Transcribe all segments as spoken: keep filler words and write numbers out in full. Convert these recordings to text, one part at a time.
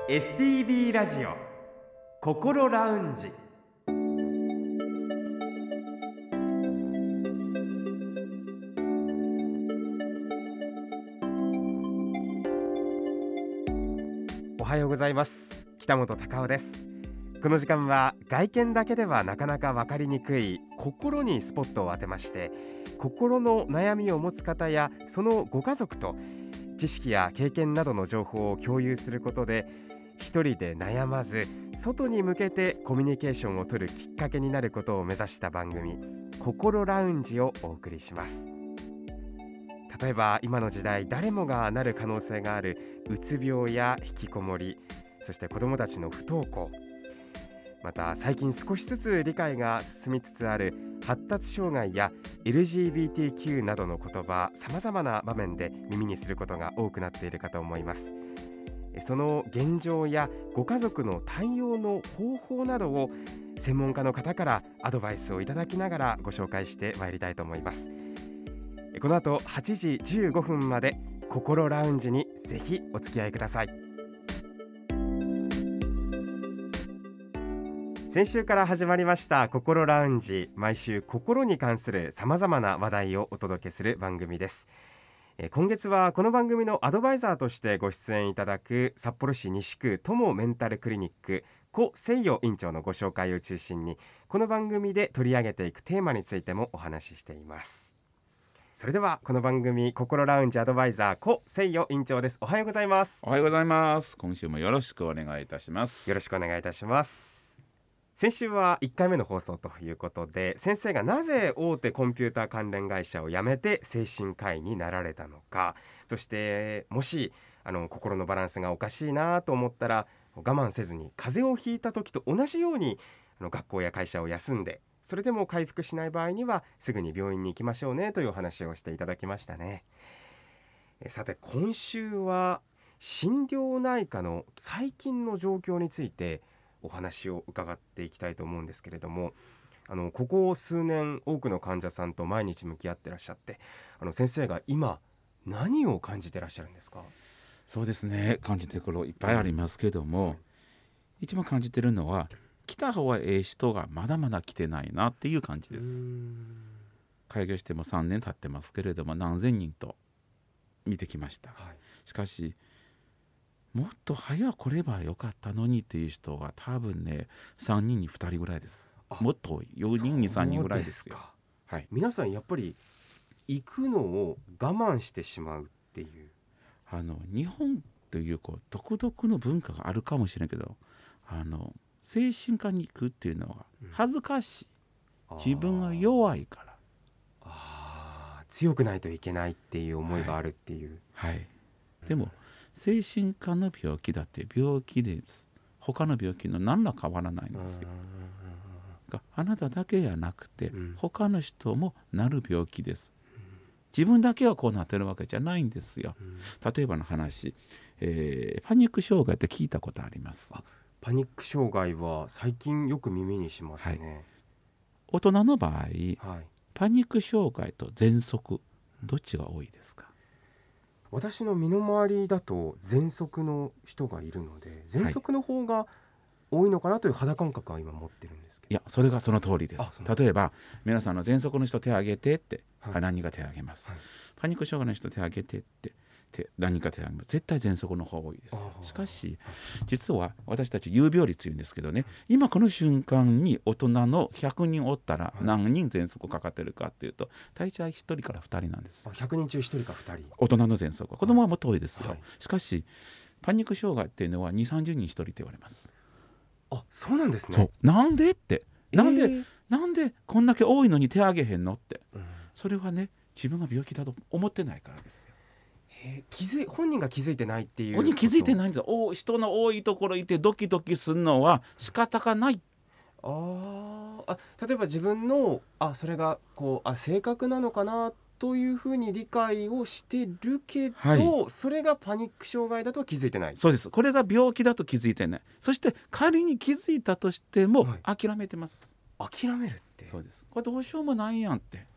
エスティービー ラジオ心ラウンジ。おはようございます。北本隆夫です。この時間は外見だけではなかなか分かりにくい心にスポットを当てまして、心の悩みを持つ方やそのご家族と知識や経験などの情報を共有することで、一人で悩まず外に向けてコミュニケーションを取るきっかけになることを目指した番組、心ラウンジをお送りします。例えば今の時代誰もがなる可能性があるうつ病や引きこもり、そして子どもたちの不登校、また最近少しずつ理解が進みつつある発達障害や エルジービーティーキュー などの言葉、さまざまな場面で耳にすることが多くなっているかと思います。その現状やご家族の対応の方法などを専門家の方からアドバイスをいただきながらご紹介してまいりたいと思います。この後はちじじゅうごふんまで心ラウンジにぜひお付き合いください。先週から始まりました心ラウンジ、毎週心に関するさまざまな話題をお届けする番組です。今月はこの番組のアドバイザーとしてご出演いただく札幌市西区友メンタルクリニック古誠代院長のご紹介を中心に、この番組で取り上げていくテーマについてもお話ししています。それではこの番組心ラウンジアドバイザー古誠代院長です。おはようございます。 おはようございます。今週もよろしくお願いいたします。 よろしくお願いいたします。先週はいっかいめの放送ということで、先生がなぜ大手コンピューター関連会社を辞めて精神科医になられたのか、そしてもしあの心のバランスがおかしいなと思ったら我慢せずに風邪をひいた時と同じようにあの学校や会社を休んで、それでも回復しない場合にはすぐに病院に行きましょうねというお話をしていただきましたね。えさて今週は心療内科の最近の状況についてお話を伺っていきたいと思うんですけれども、あのここ数年多くの患者さんと毎日向き合ってらっしゃって、あの先生が今何を感じてらっしゃるんですか？ そうですね、感じてるところいっぱいありますけども、うん、一番感じてるのは来た方がええ人がまだまだ来てないなっていう感じです。開業してもさんねん経ってますけれども、何千人と見てきました、はい、しかしもっと早く来ればよかったのにっていう人が多分ねさんにんにふたりぐらいです。もっと多いよにんにさんにんぐらいですよ。 そうですか、 はい、 皆さんやっぱり行くのを我慢してしまうっていう、 あの日本というこう独特の文化があるかもしれないけど、あの精神科に行くっていうのは恥ずかしい、うん、自分が弱いから、 あ強くないといけないっていう思いがあるっていう、 はいはい、でも、うん精神科の病気だって病気です。他の病気の何ら変わらないんですよ。があなただけじゃなくて、うん、他の人もなる病気です、うん、自分だけがこうなってるわけじゃないんですよ、うん、例えばの話、えー、パニック障害って聞いたことあります？ あパニック障害は最近よく耳にしますね、はい、 大人の場合、はい、パニック障害と喘息どっちが多いですか？ 私の身の回りだと喘息の人がいるので、喘息の方が多いのかなという肌感覚は今持ってるんですけど、 いやそれがその通りです。例えば皆さんの喘息の人手を挙げてって、はい、何人か手を挙げます、はい、パニック障害の人手を挙げてって手何人か手を挙げます。絶対喘息の方が多いです。しかし実は私たち有病率言うんですけどね、今この瞬間に大人のひゃくにんおったら何人喘息かかってるかっていうと大体ひとりからふたりなんです。 ひゃくにん中ひとりかふたり、 大人の喘息は子供はもっと多いですよ、はい、しかしパニック障害っていうのはにじゅう、さんじゅうにんひとりって言われます。 あそうなんですね。 そうなんでってなんで、えー、 なんでこんだけ多いのに手挙げへんのって、うん、それはね自分が病気だと思ってないからですよ。 へ気づい本人が気づいてないっていう。 本人気づいてないんですよ。お人の多いところいてドキドキするのは仕方がない。 ああ例えば自分のあそれがこうあ性格なのかなというふうに理解をしてるけど、はい、それがパニック障害だとは気づいてない。 そうです。これが病気だと気づいてない。そして仮に気づいたとしても、はい、諦めてます。 諦めるって。 そうです。これどうしようもないやんって。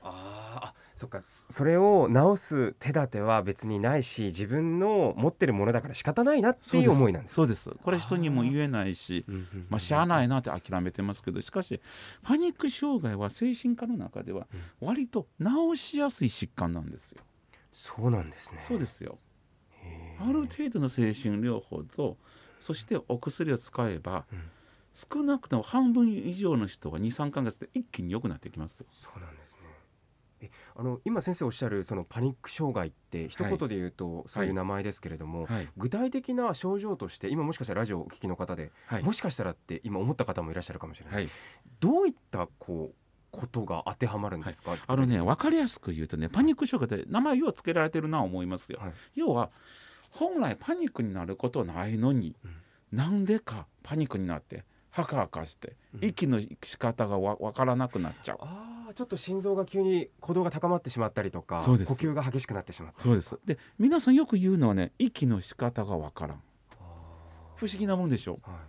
あーあ、そっか、それを直す手立ては別にないし、自分の持ってるものだから仕方ないなっていう思いなんです。 そうです。これ人にも言えないし、まあ、しゃあないなって諦めてますけど、しかしパニック障害は精神科の中では割と治しやすい疾患なんですよ。 そうなんですね。 そうですよ。ある程度の精神療法と、そしてお薬を使えば、うん、少なくとも半分以上の人がにさんかげつで一気に良くなってきますよ。 そうなんですね。えあの今先生おっしゃるそのパニック障害って一言で言うとそういう名前ですけれども、はいはい、具体的な症状として今もしかしたらラジオをお聞きの方で、はい、もしかしたらって今思った方もいらっしゃるかもしれない、はい、どういったこうことが当てはまるんですか？はい、 あのね、分かりやすく言うとね、パニック障害って名前ようつけられてるなと思いますよ、はい、要は本来パニックになることないのに、うん、なんでかパニックになってハカハカして息の仕方がわ分からなくなっちゃう、うん、 あちょっと心臓が急に鼓動が高まってしまったりとか、呼吸が激しくなってしまったりとか。 そうです。で、皆さんよく言うのはね、息の仕方が分からん。不思議なもんでしょう、はい、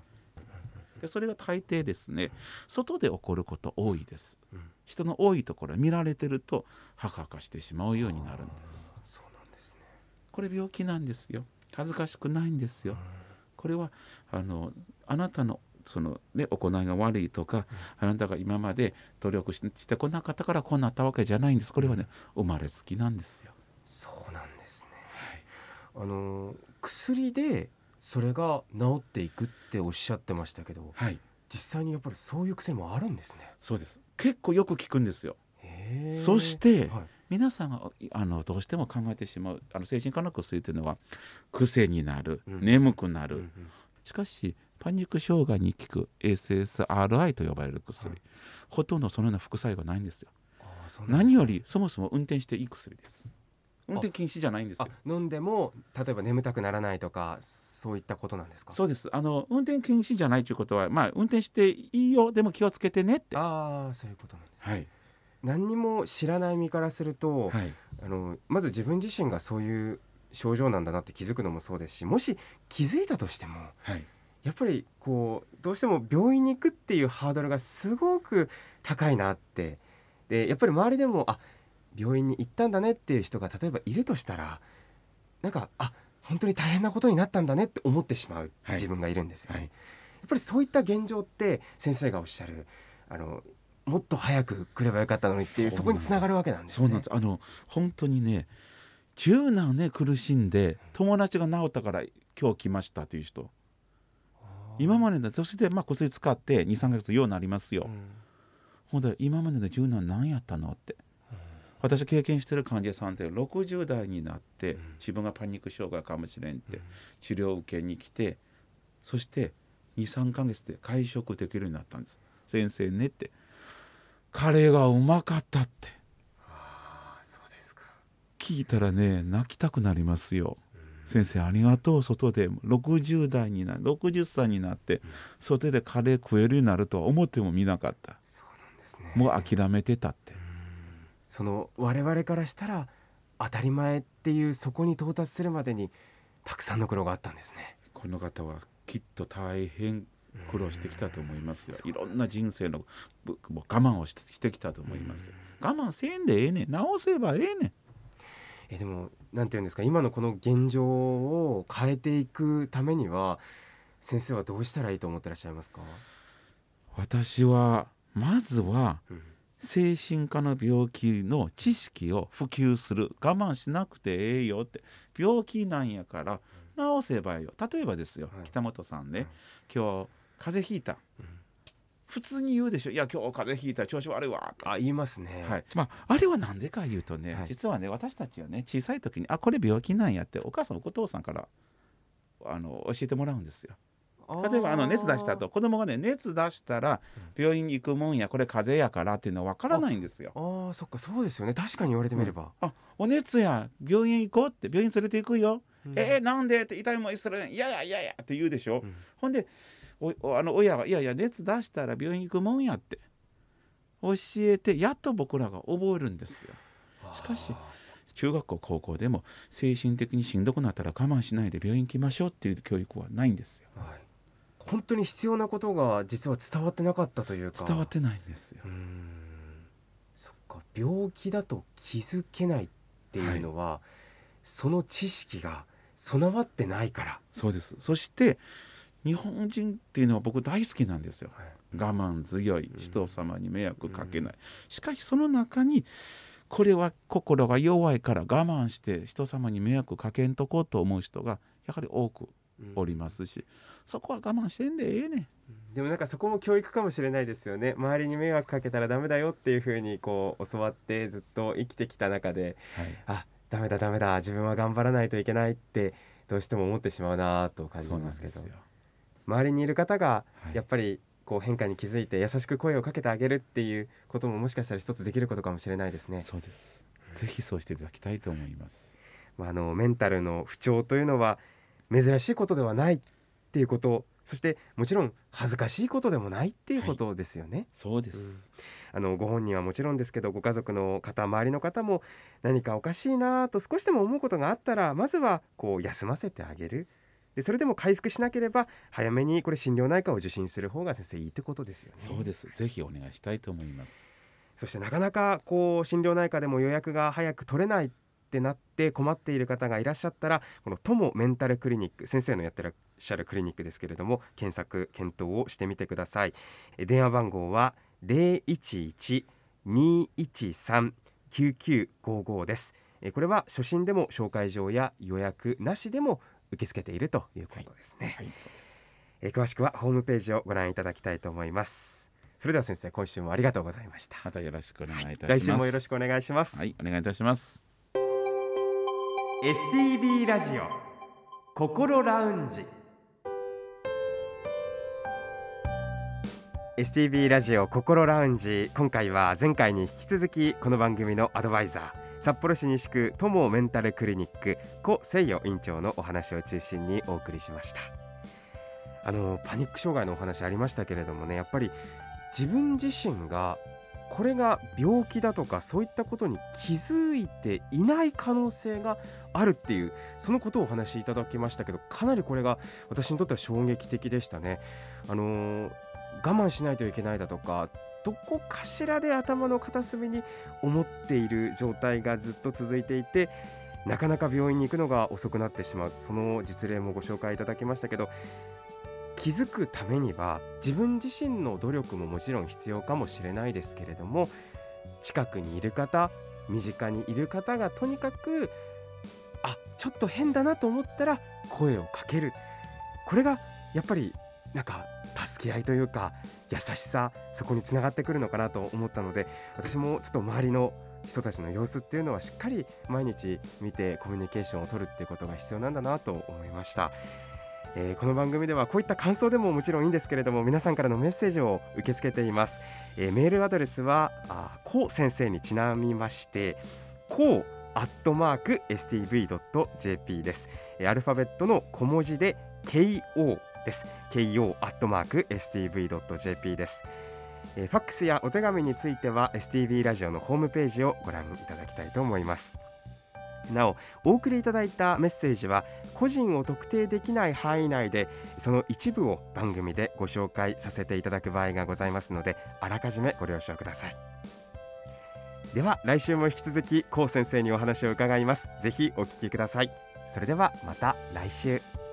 でそれが大抵ですね、外で起こること多いです、うん、人の多いところ見られてるとハカハカしてしまうようになるんです。 そうなんですね。 これ病気なんですよ。恥ずかしくないんですよ、うん、これはあのあなたのその、ね、行いが悪いとか、うん、あなたが今まで努力 し, してこなかったからこうなったわけじゃないんです。これはね、うん、生まれつきなんですよ。 そうなんですね、はい、あの薬でそれが治っていくっておっしゃってましたけど、はい、実際にやっぱりそういう薬もあるんですね。 そうです。結構よく効くんですよ。へー。そして、はい、皆さんがあのどうしても考えてしまうあの精神科の薬というのは癖になる、うん、眠くなる、うんうん、しかしパニック障害に効く エスエスアールアイ と呼ばれる薬、はい、ほとんどそのような副作用がないんですよ。あ、そうなんですね。何よりそもそも運転していい薬です。運転禁止じゃないんですよ。 飲んでも例えば眠たくならないとかそういったことなんですか？ そうです。あの運転禁止じゃないということは、まあ、運転していいよでも気をつけてねって。 ああ、そういうことなんですね、はい、何にも知らない身からすると、はい、あのまず自分自身がそういう症状なんだなって気づくのもそうですし、もし気づいたとしても、はい、やっぱりこうどうしても病院に行くっていうハードルがすごく高いなって。でやっぱり周りでもあ病院に行ったんだねっていう人が例えばいるとしたら、なんかあ本当に大変なことになったんだねって思ってしまう自分がいるんですよ、はいはい、やっぱりそういった現状って先生がおっしゃるあのもっと早く来ればよかったのにっていう、そこにつながるわけなんですね。 そうなんです。あの本当にね、十何年苦しんで友達が治ったから今日来ましたという人、今までの年でまあ薬使ってにさんかげつようになりますよ、うん、ほんで今までの十何何やったのって、私経験してる患者さんってろくじゅう代になって自分がパニック障害かもしれんって治療を受けに来て、そしてにさんかげつで会食できるようになったんです。先生ねって、カレーがうまかったって。 ああ、そうですか。 聞いたらね泣きたくなりますよ。先生ありがとう。外でろくじゅう代になろくじゅっさいになって外でカレー食えるようになるとは思ってもみなかった。 そうなんですね。 もう諦めてたって。 その我々からしたら当たり前っていうそこに到達するまでにたくさんの苦労があったんですね。 この方はきっと大変苦労してきたと思いますよ。いろんな人生の我慢を し, してきたと思います。我慢せんでええねん、直せばええねん。 えでもなんていうんですか、今のこの現状を変えていくためには先生はどうしたらいいと思ってらっしゃいますか？ 私はまずは、うん、精神科の病気の知識を普及する。我慢しなくてええよって、病気なんやから治せばいいよ。例えばですよ、はい、北本さんね、はい、今日風邪ひいた、うん、普通に言うでしょ。いや今日風邪ひいた調子悪いわ。 あ、言いますね、 はい。まあ、あれはなんでか言うとね、はい、実はね私たちはね小さい時にあこれ病気なんやってお母さんお父さんからあの教えてもらうんですよ。例えばあの熱出したと子供がね熱出したら病院に行くもんや、これ風邪やからっていうのは分からないんですよ。 ああ、そっか、そうですよね。確かに言われてみれば、 うん、あお熱や病院行こうって病院連れて行くよ、うん、えー、なんでって痛いもんするんいやいやいやいやって言うでしょ、うん、ほんでおあの親がいやいや熱出したら病院行くもんやって教えてやっと僕らが覚えるんですよ。しかし中学校高校でも精神的にしんどくなったら我慢しないで病院行きましょうっていう教育はないんですよ、はい。 本当に必要なことが実は伝わってなかったというか。 伝わってないんですよ。 うーん、そっか。 か病気だと気づけないっていうのは、はい、その知識が備わってないから。 そうです。そして日本人っていうのは僕大好きなんですよ、はい、我慢強い、人様に迷惑かけない、うん、しかしその中にこれは心が弱いから我慢して人様に迷惑かけんとこうと思う人がやはり多くおりますし、うん、そこは我慢してんでええね。 でもなんかそこも教育かもしれないですよね。周りに迷惑かけたらダメだよっていう風にこう教わってずっと生きてきた中で、はい、あ、ダメだダメだ自分は頑張らないといけないってどうしても思ってしまうなと感じますけど、周りにいる方がやっぱりこう変化に気づいて優しく声をかけてあげるっていうことももしかしたら一つできることかもしれないですね。 そうです。ぜひそうしていただきたいと思います。 まあ、あのメンタルの不調というのは珍しいことではないっていうこと、そしてもちろん恥ずかしいことでもないっていうことですよね、はい、 そうです、 うん、あのご本人はもちろんですけど、ご家族の方、周りの方も何かおかしいなと少しでも思うことがあったら、まずはこう休ませてあげる。でそれでも回復しなければ早めにこれ心療内科を受診する方が先生いいってことですよね。 そうです。ぜひお願いしたいと思います。 そしてなかなかこう心療内科でも予約が早く取れないってなって困っている方がいらっしゃったら、この友メンタルクリニック、先生のやってらっしゃるクリニックですけれども、検索検討をしてみてください。電話番号は ゼロいちいち にいちさん きゅうきゅうごご です。これは初診でも紹介状や予約なしでも受け付けているということですね。はい、はい、そうです。え詳しくはホームページをご覧いただきたいと思います。それでは先生、今週もありがとうございました。 またよろしくお願いいたします。 来週もよろしくお願いします。 はい、お願いいたします。 エスティービー ラジオ心ラウンジ。 エスティービー ラジオ心ラウンジ、今回は前回に引き続きこの番組のアドバイザー、札幌市西区友メンタルクリニック古誠代院長のお話を中心にお送りしました。あのパニック障害のお話ありましたけれどもね、やっぱり自分自身がこれが病気だとかそういったことに気づいていない可能性があるっていう、そのことをお話しいただきましたけど、かなりこれが私にとっては衝撃的でしたね。あのー、我慢しないといけないだとか、どこかしらで頭の片隅に思っている状態がずっと続いていて、なかなか病院に行くのが遅くなってしまう、その実例もご紹介いただきましたけど、気づくためには自分自身の努力ももちろん必要かもしれないですけれども、近くにいる方、身近にいる方がとにかくあ、ちょっと変だなと思ったら声をかける、これがやっぱりなんか助け合いというか優しさ、そこにつながってくるのかなと思ったので、私もちょっと周りの人たちの様子っていうのはしっかり毎日見てコミュニケーションを取るっていうことが必要なんだなと思いました。えー、この番組ではこういった感想でももちろんいいんですけれども、皆さんからのメッセージを受け付けています。えー、メールアドレスはこう先生にちなみましてこうアットマーク エスティーブイドットジェーピー です。えー、アルファベットの小文字で ケーオー です。 ケーオー アットマーク エスティーブイドットジェーピー です。えー、ファックスやお手紙については エスティービー ラジオのホームページをご覧いただきたいと思います。なお、お送りいただいたメッセージは個人を特定できない範囲内で、その一部を番組でご紹介させていただく場合がございますので、あらかじめご了承ください。では来週も引き続きコウ先生にお話を伺います。ぜひお聞きください。それではまた来週。